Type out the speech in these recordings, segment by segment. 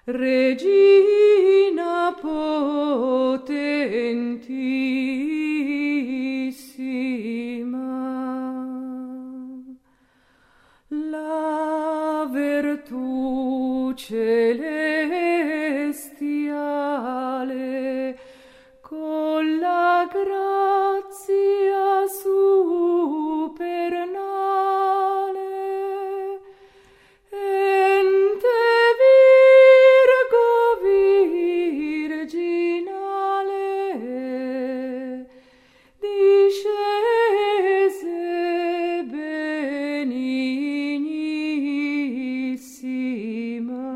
Regina potentissima, la virtù celestiale con la grazia supernale ente Virgo virginale discese benignissima.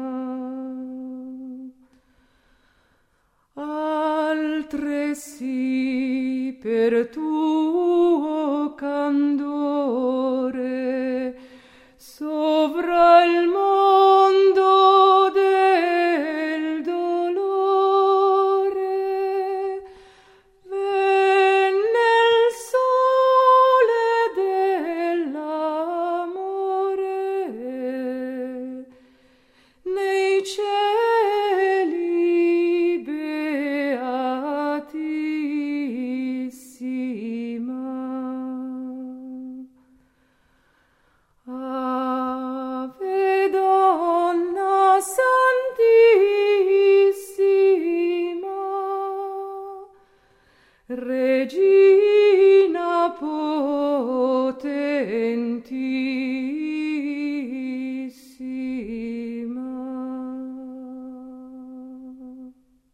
Altresì per tuo candore sovra il mondo del dolore venne il sole dell'amore nei cieli beatissima. Ave Donna Santissima, Regina potentissima.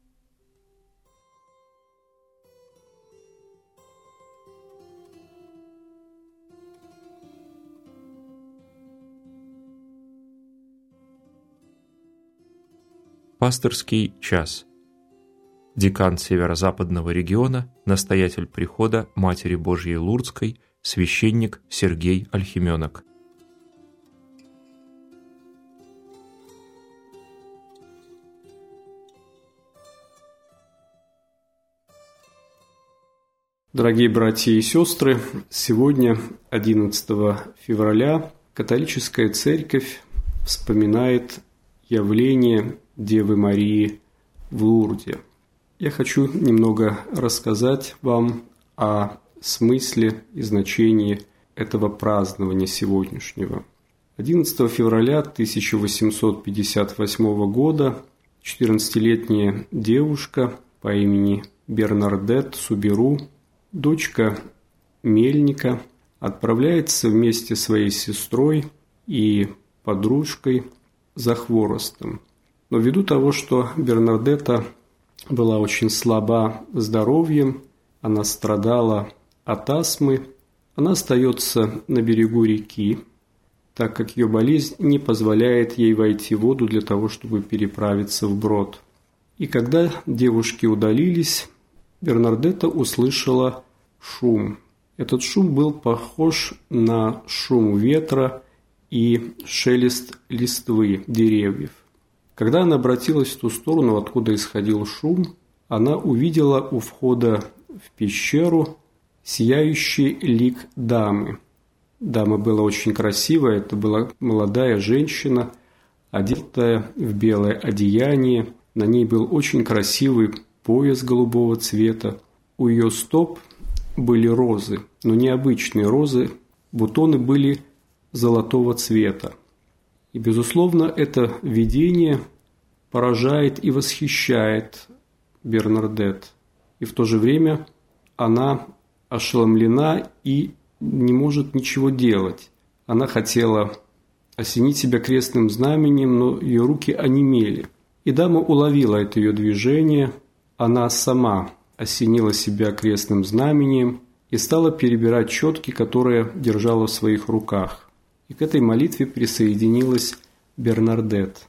Пасторский час. Декан Северо-Западного региона, настоятель прихода Матери Божьей Лурдской, священник Сергей Альхименок. Дорогие братья и сестры, сегодня, 11 февраля, католическая церковь вспоминает явление Девы Марии в Лурде. Я хочу немного рассказать вам о смысле и значении этого празднования сегодняшнего. 11 февраля 1858 года 14-летняя девушка по имени Бернардет Суберу, дочка мельника, отправляется вместе со своей сестрой и подружкой за хворостом. Но ввиду того, что Бернардета была очень слаба здоровьем, она страдала от астмы, она остается на берегу реки, так как ее болезнь не позволяет ей войти в воду для того, чтобы переправиться вброд. И когда девушки удалились, Бернардета услышала шум. Этот шум был похож на шум ветра и шелест листвы деревьев. Когда она обратилась в ту сторону, откуда исходил шум, она увидела у входа в пещеру сияющий лик дамы. Дама была очень красивая, это была молодая женщина, одетая в белое одеяние. На ней был очень красивый пояс голубого цвета. У ее стоп были розы, но не обычные розы, бутоны были золотого цвета. И, безусловно, это видение поражает и восхищает Бернардет. И в то же время она ошеломлена и не может ничего делать. Она хотела осенить себя крестным знаменем, но ее руки онемели. И дама уловила это ее движение. Она сама осенила себя крестным знаменем и стала перебирать четки, которые держала в своих руках. И к этой молитве присоединилась Бернардет.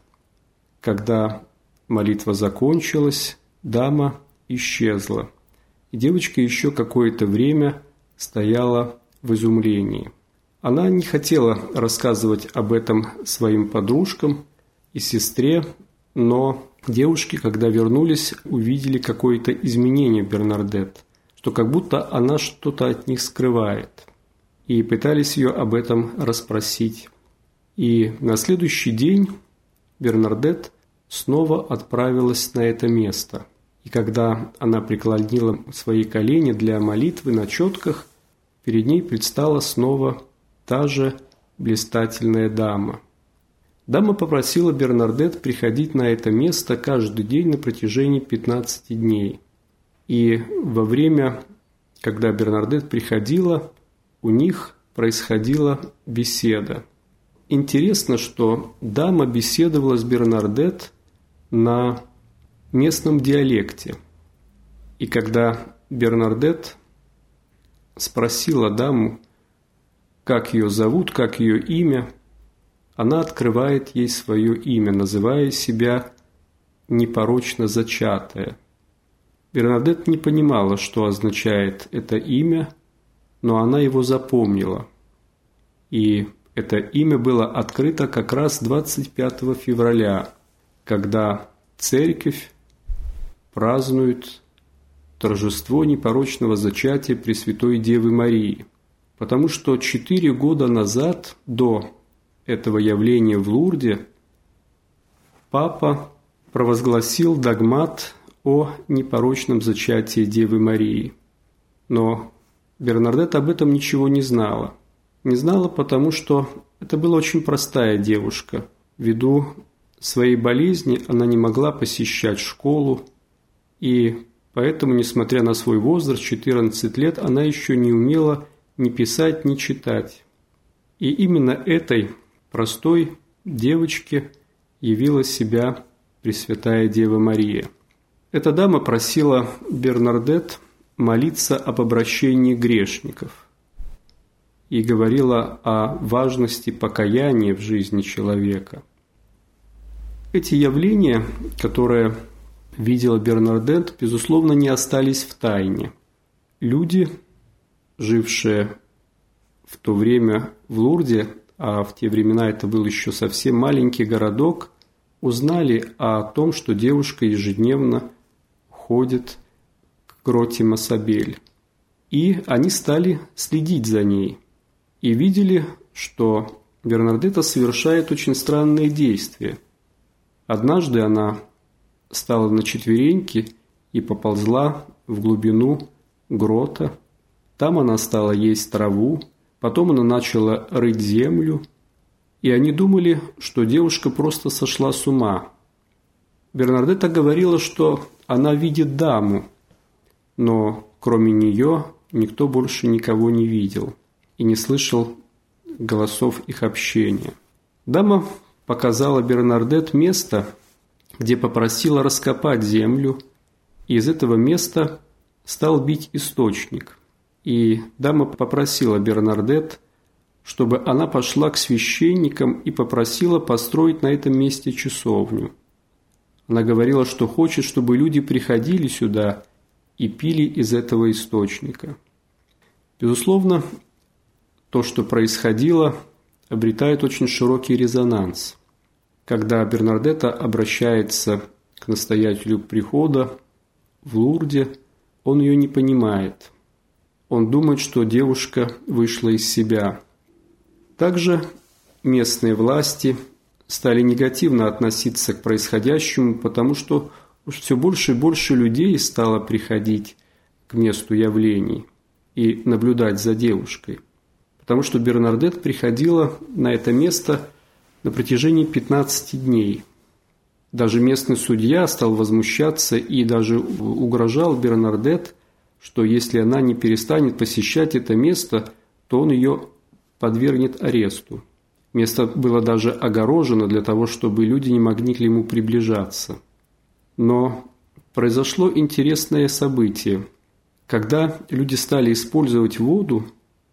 Когда молитва закончилась, дама исчезла, и девочка еще какое-то время стояла в изумлении. Она не хотела рассказывать об этом своим подружкам и сестре, но девушки, когда вернулись, увидели какое-то изменение в Бернардет, что как будто она что-то от них скрывает, и пытались ее об этом расспросить. И на следующий день Бернардет снова отправилась на это место. И когда она преклонила свои колени для молитвы на четках, перед ней предстала снова та же блистательная дама. Дама попросила Бернардет приходить на это место каждый день на протяжении 15 дней. И во время, когда Бернардет приходила, у них происходила беседа. Интересно, что дама беседовала с Бернардет на местном диалекте. И когда Бернардет спросила даму, как ее зовут, как ее имя, она открывает ей свое имя, называя себя непорочно зачатая. Бернардет не понимала, что означает это имя, но она его запомнила. И это имя было открыто как раз 25 февраля, когда церковь празднует торжество непорочного зачатия Пресвятой Девы Марии. Потому что 4 года назад, до этого явления в Лурде, папа провозгласил догмат о непорочном зачатии Девы Марии. Но Бернардет об этом ничего не знала. Не знала, потому что это была очень простая девушка. Ввиду своей болезни она не могла посещать школу, и поэтому, несмотря на свой возраст, 14 лет, она еще не умела ни писать, ни читать. И именно этой простой девочке явила себя Пресвятая Дева Мария. Эта дама просила Бернардет молиться об обращении грешников и говорила о важности покаяния в жизни человека. Эти явления, которые видела Бернардет, безусловно, не остались в тайне. Люди, жившие в то время в Лурде, а в те времена это был еще совсем маленький городок, узнали о том, что девушка ежедневно ходит к гроте Массабель. И они стали следить за ней. И видели, что Бернардета совершает очень странные действия. Однажды она стала на четвереньки и поползла в глубину грота. Там она стала есть траву, потом она начала рыть землю, и они думали, что девушка просто сошла с ума. Бернардета говорила, что она видит даму, но кроме нее никто больше никого не видел и не слышал голосов их общения. Дама показала Бернардет место, где попросила раскопать землю, и из этого места стал бить источник. И дама попросила Бернардет, чтобы она пошла к священникам и попросила построить на этом месте часовню. Она говорила, что хочет, чтобы люди приходили сюда и пили из этого источника. Безусловно, то, что происходило, обретает очень широкий резонанс. Когда Бернардета обращается к настоятелю прихода в Лурде, он ее не понимает. Он думает, что девушка вышла из себя. Также местные власти стали негативно относиться к происходящему, потому что все больше и больше людей стало приходить к месту явлений и наблюдать за девушкой. Потому что Бернардет приходила на это место на протяжении 15 дней. Даже местный судья стал возмущаться и даже угрожал Бернардет, что если она не перестанет посещать это место, то он ее подвергнет аресту. Место было даже огорожено для того, чтобы люди не могли к нему приближаться. Но произошло интересное событие. Когда люди стали использовать воду,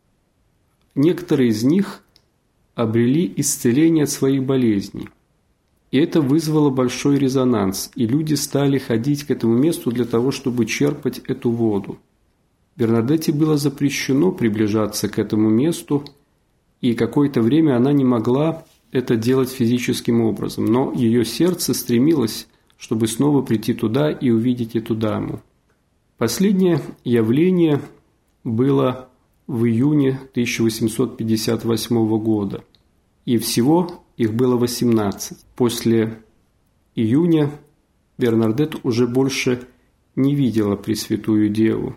некоторые из них обрели исцеление от своих болезней. И это вызвало большой резонанс, и люди стали ходить к этому месту для того, чтобы черпать эту воду. Бернардете было запрещено приближаться к этому месту, и какое-то время она не могла это делать физическим образом, но ее сердце стремилось, чтобы снова прийти туда и увидеть эту даму. Последнее явление было в июне 1858 года, и всего их было 18. После июня Бернардет уже больше не видела Пресвятую Деву.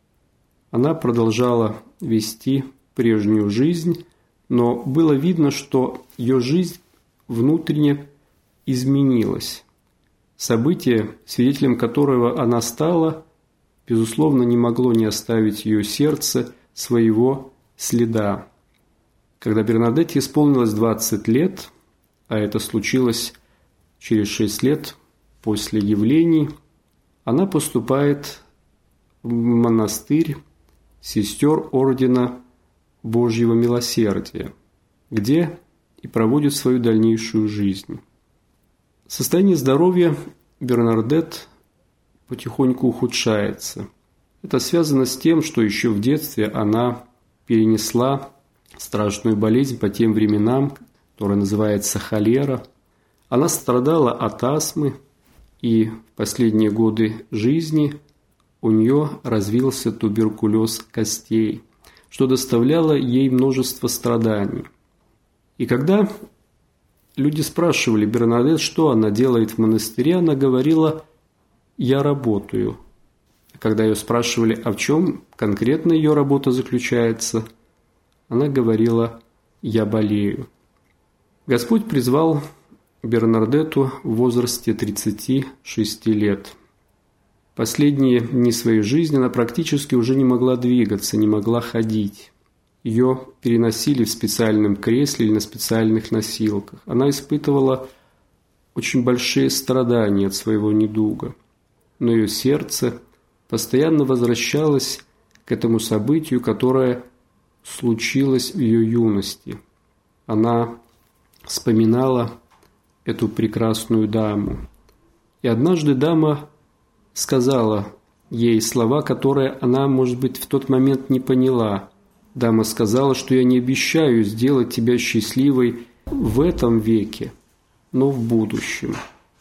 Она продолжала вести прежнюю жизнь, но было видно, что ее жизнь внутренне изменилась. Событие, свидетелем которого она стала, безусловно, не могло не оставить в ее сердце своего следа. Когда Бернардетте исполнилось 20 лет, а это случилось через 6 лет после явлений, она поступает в монастырь сестер Ордена Божьего Милосердия, где и проводит свою дальнейшую жизнь. Состояние здоровья Бернардет потихоньку ухудшается. Это связано с тем, что еще в детстве она перенесла страшную болезнь по тем временам, которая называется холера. Она страдала от астмы, и в последние годы жизни у нее развился туберкулез костей, что доставляло ей множество страданий. И когда люди спрашивали Бернардет, что она делает в монастыре, она говорила: «Я работаю». Когда ее спрашивали, а в чем конкретно ее работа заключается, она говорила: «Я болею». Господь призвал Бернардетту в возрасте 36 лет. Последние дни своей жизни она практически уже не могла двигаться, не могла ходить. Ее переносили в специальном кресле или на специальных носилках. Она испытывала очень большие страдания от своего недуга, но ее сердце постоянно возвращалось к этому событию, которое случилось в ее юности. Она вспоминала эту прекрасную даму. И однажды дама сказала ей слова, которые она, может быть, в тот момент не поняла. Дама сказала, что я не обещаю сделать тебя счастливой в этом веке, но в будущем.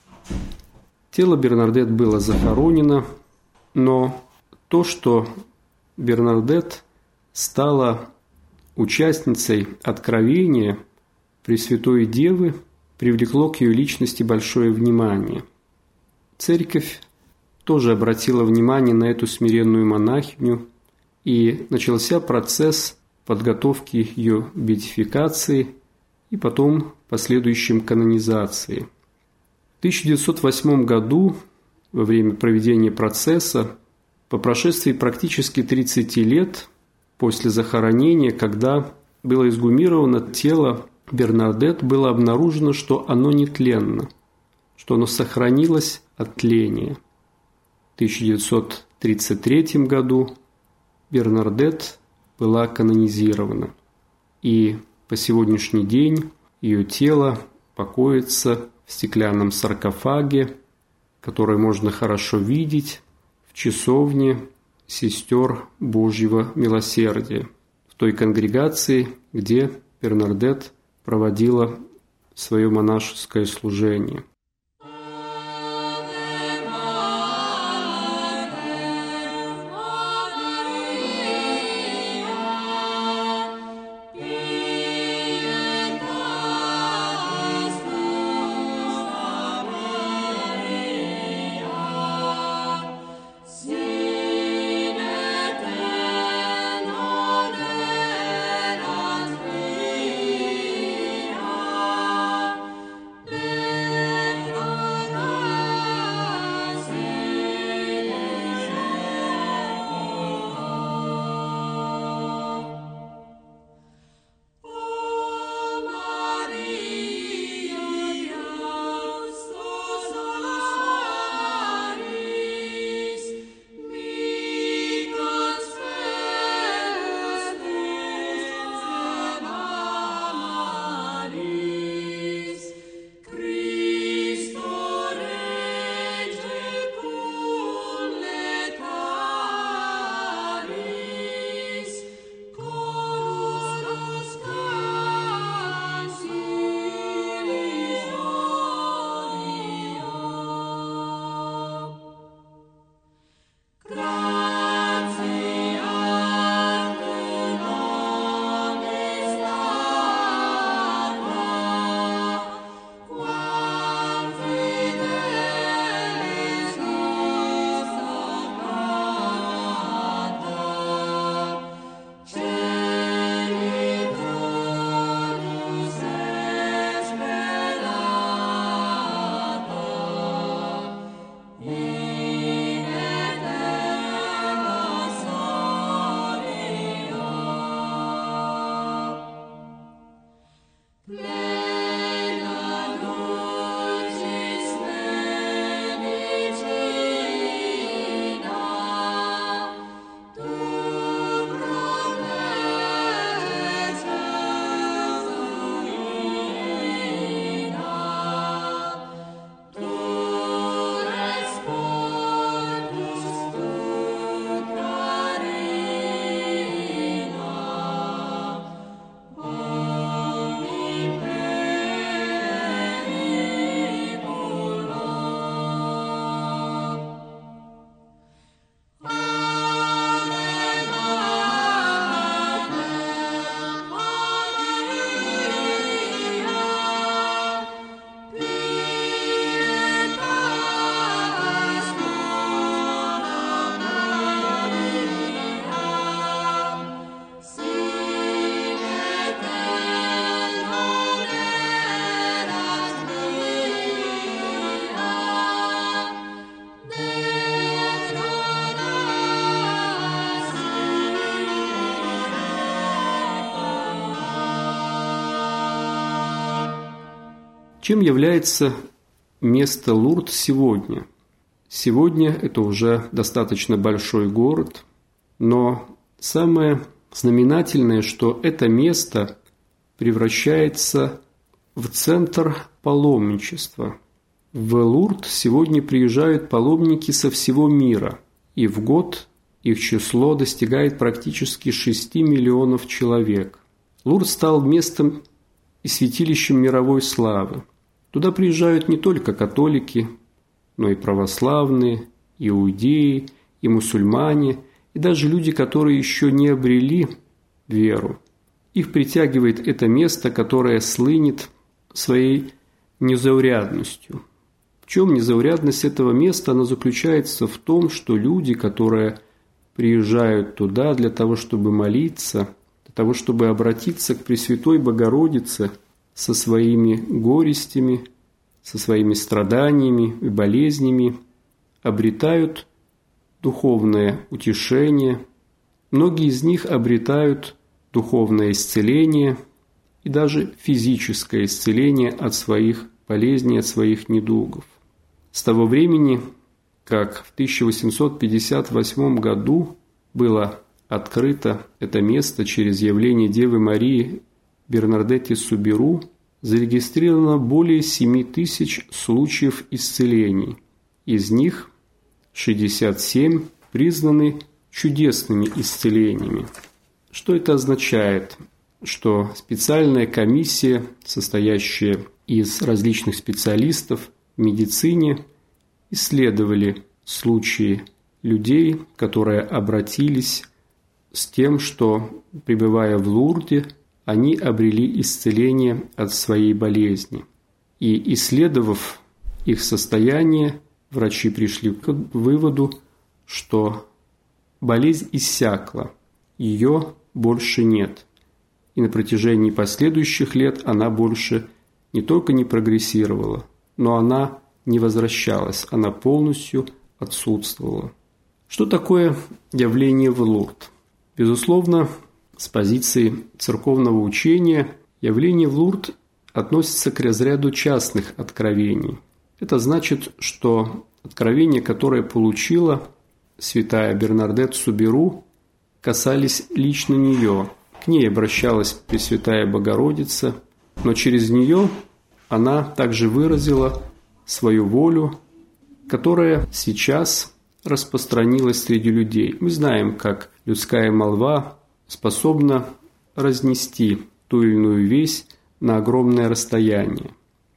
Тело Бернардет было захоронено, но то, что Бернардет стала участницей откровения Пресвятой Девы, привлекло к ее личности большое внимание. Церковь тоже обратила внимание на эту смиренную монахиню, и начался процесс подготовки ее беатификации и потом последующем канонизации. В 1908 году, во время проведения процесса, по прошествии практически 30 лет после захоронения, когда было эксгумировано тело Бернардет, было обнаружено, что оно нетленно, что оно сохранилось от тления. В 1933 году Бернардет была канонизирована, и по сегодняшний день ее тело покоится в стеклянном саркофаге, который можно хорошо видеть в часовне сестер Божьего Милосердия, в той конгрегации, где Бернардет проводила свое монашеское служение. Чем является место Лурд сегодня? Сегодня это уже достаточно большой город, но самое знаменательное, что это место превращается в центр паломничества. В Лурд сегодня приезжают паломники со всего мира, и в год их число достигает практически 6 миллионов человек. Лурд стал местом и святилищем мировой славы. Туда приезжают не только католики, но и православные, иудеи, и мусульмане, и даже люди, которые еще не обрели веру. Их притягивает это место, которое слынет своей незаурядностью. В чем незаурядность этого места? Она заключается в том, что люди, которые приезжают туда для того, чтобы молиться, для того, чтобы обратиться к Пресвятой Богородице со своими горестями, со своими страданиями и болезнями, обретают духовное утешение. Многие из них обретают духовное исцеление и даже физическое исцеление от своих болезней, от своих недугов. С того времени, как в 1858 году было открыто это место через явление Девы Марии Бернардетти Субиру, зарегистрировано более 7 тысяч случаев исцелений. Из них 67 признаны чудесными исцелениями. Что это означает? Что специальная комиссия, состоящая из различных специалистов в медицине, исследовали случаи людей, которые обратились с тем, что, пребывая в Лурде, они обрели исцеление от своей болезни. И, исследовав их состояние, врачи пришли к выводу, что болезнь иссякла, ее больше нет. И на протяжении последующих лет она больше не только не прогрессировала, но она не возвращалась, она полностью отсутствовала. Что такое явление в Лурд? Безусловно, с позиции церковного учения явление в Лурд относится к разряду частных откровений. Это значит, что откровения, которые получила святая Бернардетт Субиру, касались лично нее. К ней обращалась Пресвятая Богородица, но через нее она также выразила свою волю, которая сейчас распространилась среди людей. Мы знаем, как людская молва способна разнести ту или иную весть на огромное расстояние.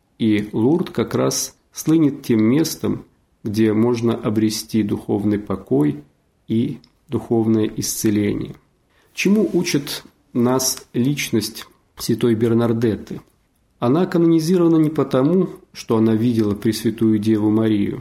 И Лурд как раз слынет тем местом, где можно обрести духовный покой и духовное исцеление. Чему учит нас личность святой Бернардетты? Она канонизирована не потому, что она видела Пресвятую Деву Марию,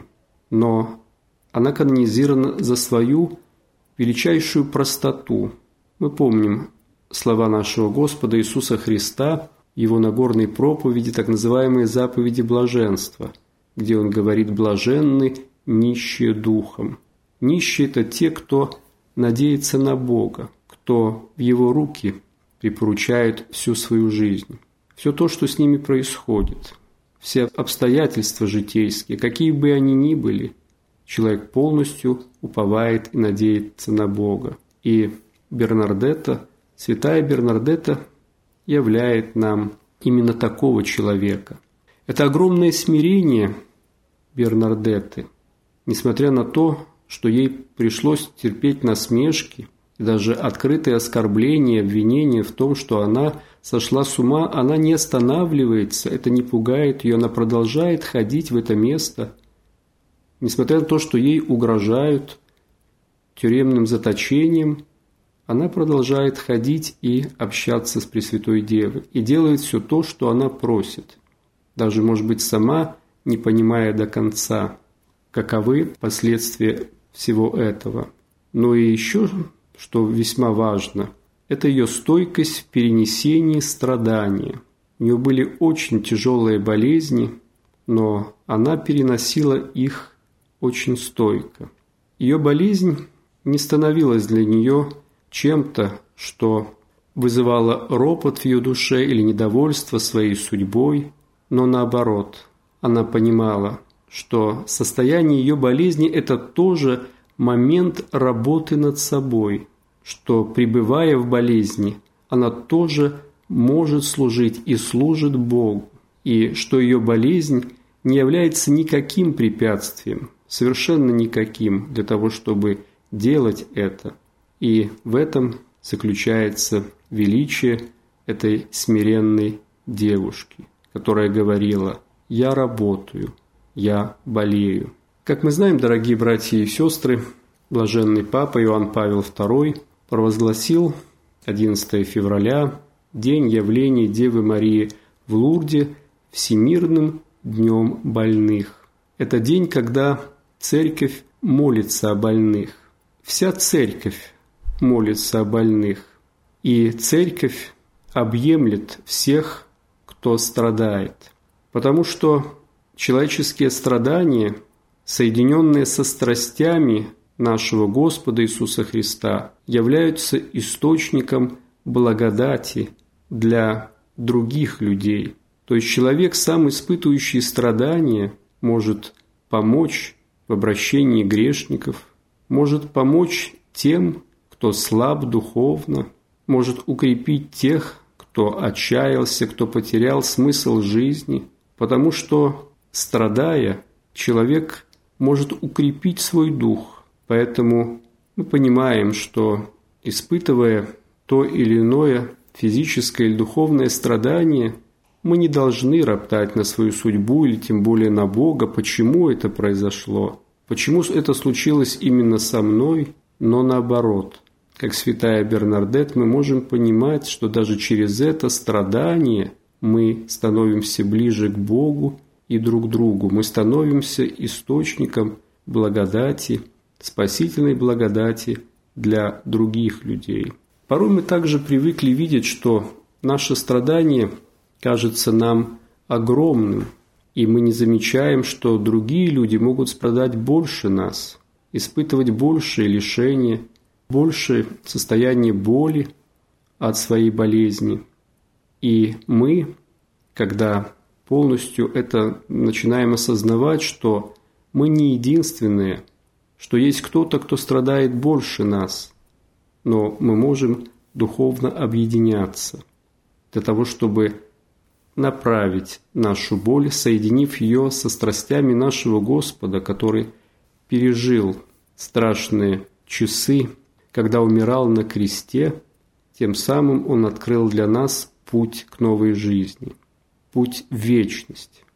но она канонизирована за свою величайшую простоту. Мы помним слова нашего Господа Иисуса Христа, Его Нагорной проповеди, так называемые заповеди блаженства, где Он говорит: «Блаженны нищие духом». Нищие – это те, кто надеется на Бога, кто в Его руки припоручает всю свою жизнь. Все то, что с ними происходит, все обстоятельства житейские, какие бы они ни были, человек полностью уповает и надеется на Бога. И Бернардетта, святая Бернардетта, являет нам именно такого человека. Это огромное смирение Бернардетты, несмотря на то, что ей пришлось терпеть насмешки и даже открытые оскорбления, обвинения в том, что она сошла с ума, она не останавливается, это не пугает ее, она продолжает ходить в это место, несмотря на то, что ей угрожают тюремным заточением, она продолжает ходить и общаться с Пресвятой Девой и делает все то, что она просит, даже, может быть, сама не понимая до конца, каковы последствия всего этого. Но и еще, что весьма важно, это ее стойкость в перенесении страдания. У нее были очень тяжелые болезни, но она переносила их очень стойко. Ее болезнь не становилась для нее чем-то, что вызывало ропот в ее душе или недовольство своей судьбой. но наоборот, она понимала, что состояние ее болезни – это тоже момент работы над собой, что, пребывая в болезни, она тоже может служить и служит Богу, и что ее болезнь не является никаким препятствием, совершенно никаким для того, чтобы делать это. И в этом заключается величие этой смиренной девушки, которая говорила: «Я работаю, я болею». Как мы знаем, дорогие братья и сестры, блаженный Папа Иоанн Павел II провозгласил 11 февраля, день явления Девы Марии в Лурде, Всемирным днем больных. Это день, когда Церковь молится о больных. Вся Церковь молится о больных. И Церковь объемлет всех, кто страдает. Потому что человеческие страдания, соединенные со страстями нашего Господа Иисуса Христа, являются источником благодати для других людей. То есть человек, сам испытывающий страдания, может помочь в обращении грешников, может помочь тем, кто слаб духовно, может укрепить тех, кто отчаялся, кто потерял смысл жизни, потому что, страдая, человек может укрепить свой дух. Поэтому мы понимаем, что, испытывая то или иное физическое или духовное страдание, мы не должны роптать на свою судьбу или тем более на Бога, почему это произошло, почему это случилось именно со мной, но наоборот. Как святая Бернардет, мы можем понимать, что даже через это страдание мы становимся ближе к Богу и друг другу. Мы становимся источником благодати, спасительной благодати для других людей. Порой мы также привыкли видеть, что наше страдание кажется нам огромным, и мы не замечаем, что другие люди могут страдать больше нас, испытывать большее лишение, большее состояние боли от своей болезни. И мы, когда полностью это начинаем осознавать, что мы не единственные, что есть кто-то, кто страдает больше нас, но мы можем духовно объединяться для того, чтобы направить нашу боль, соединив ее со страстями нашего Господа, который пережил страшные часы, когда умирал на кресте, тем самым Он открыл для нас путь к новой жизни, путь в вечность,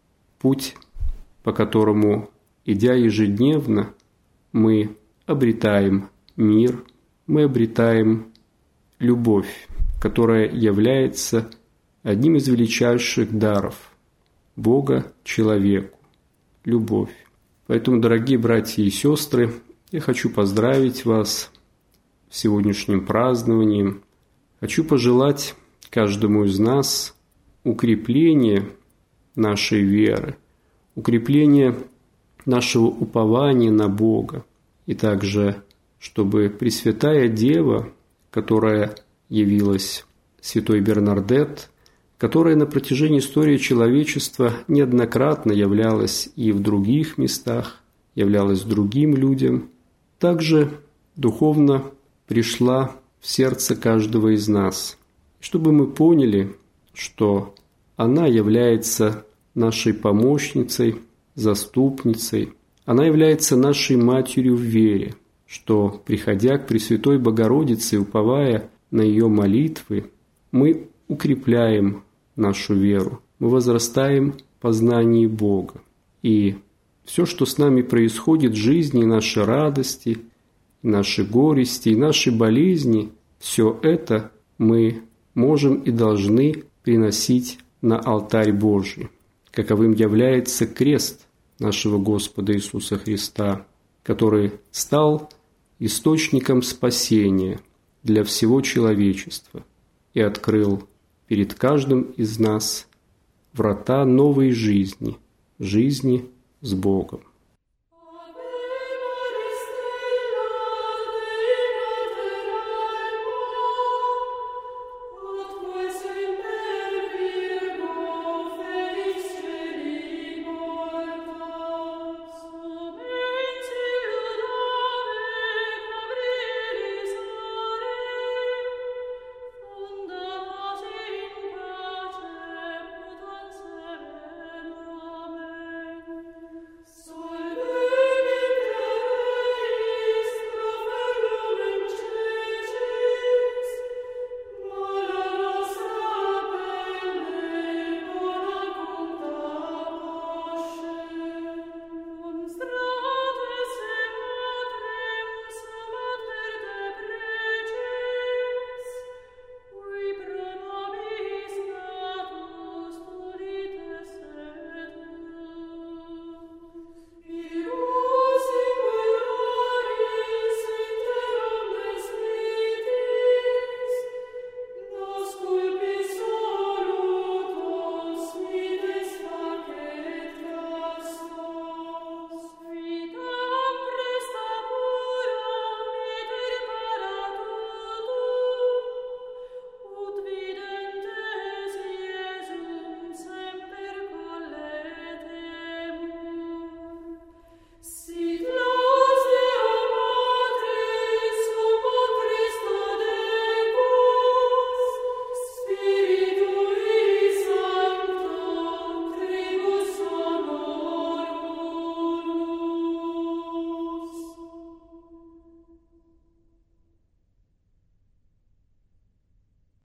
путь, по которому, идя ежедневно, мы обретаем мир, мы обретаем любовь, которая является одним из величайших даров Бога человеку – любовь. Поэтому, дорогие братья и сестры, я хочу поздравить вас с сегодняшним празднованием. Хочу пожелать каждому из нас укрепления нашей веры, укрепления нашего упования на Бога. И также, чтобы Пресвятая Дева, которая явилась святой Бернардет, которая на протяжении истории человечества неоднократно являлась и в других местах, являлась другим людям, также духовно пришла в сердце каждого из нас, чтобы мы поняли, что она является нашей помощницей, заступницей, она является нашей матерью в вере, что, приходя к Пресвятой Богородице и уповая на ее молитвы, мы укрепляем нашу веру, мы возрастаем в познании Бога. И все, что с нами происходит в жизни, наши радости, наши горести, наши болезни, все это мы можем и должны приносить на алтарь Божий, каковым является крест нашего Господа Иисуса Христа, который стал источником спасения для всего человечества и открыл перед каждым из нас врата новой жизни, жизни с Богом.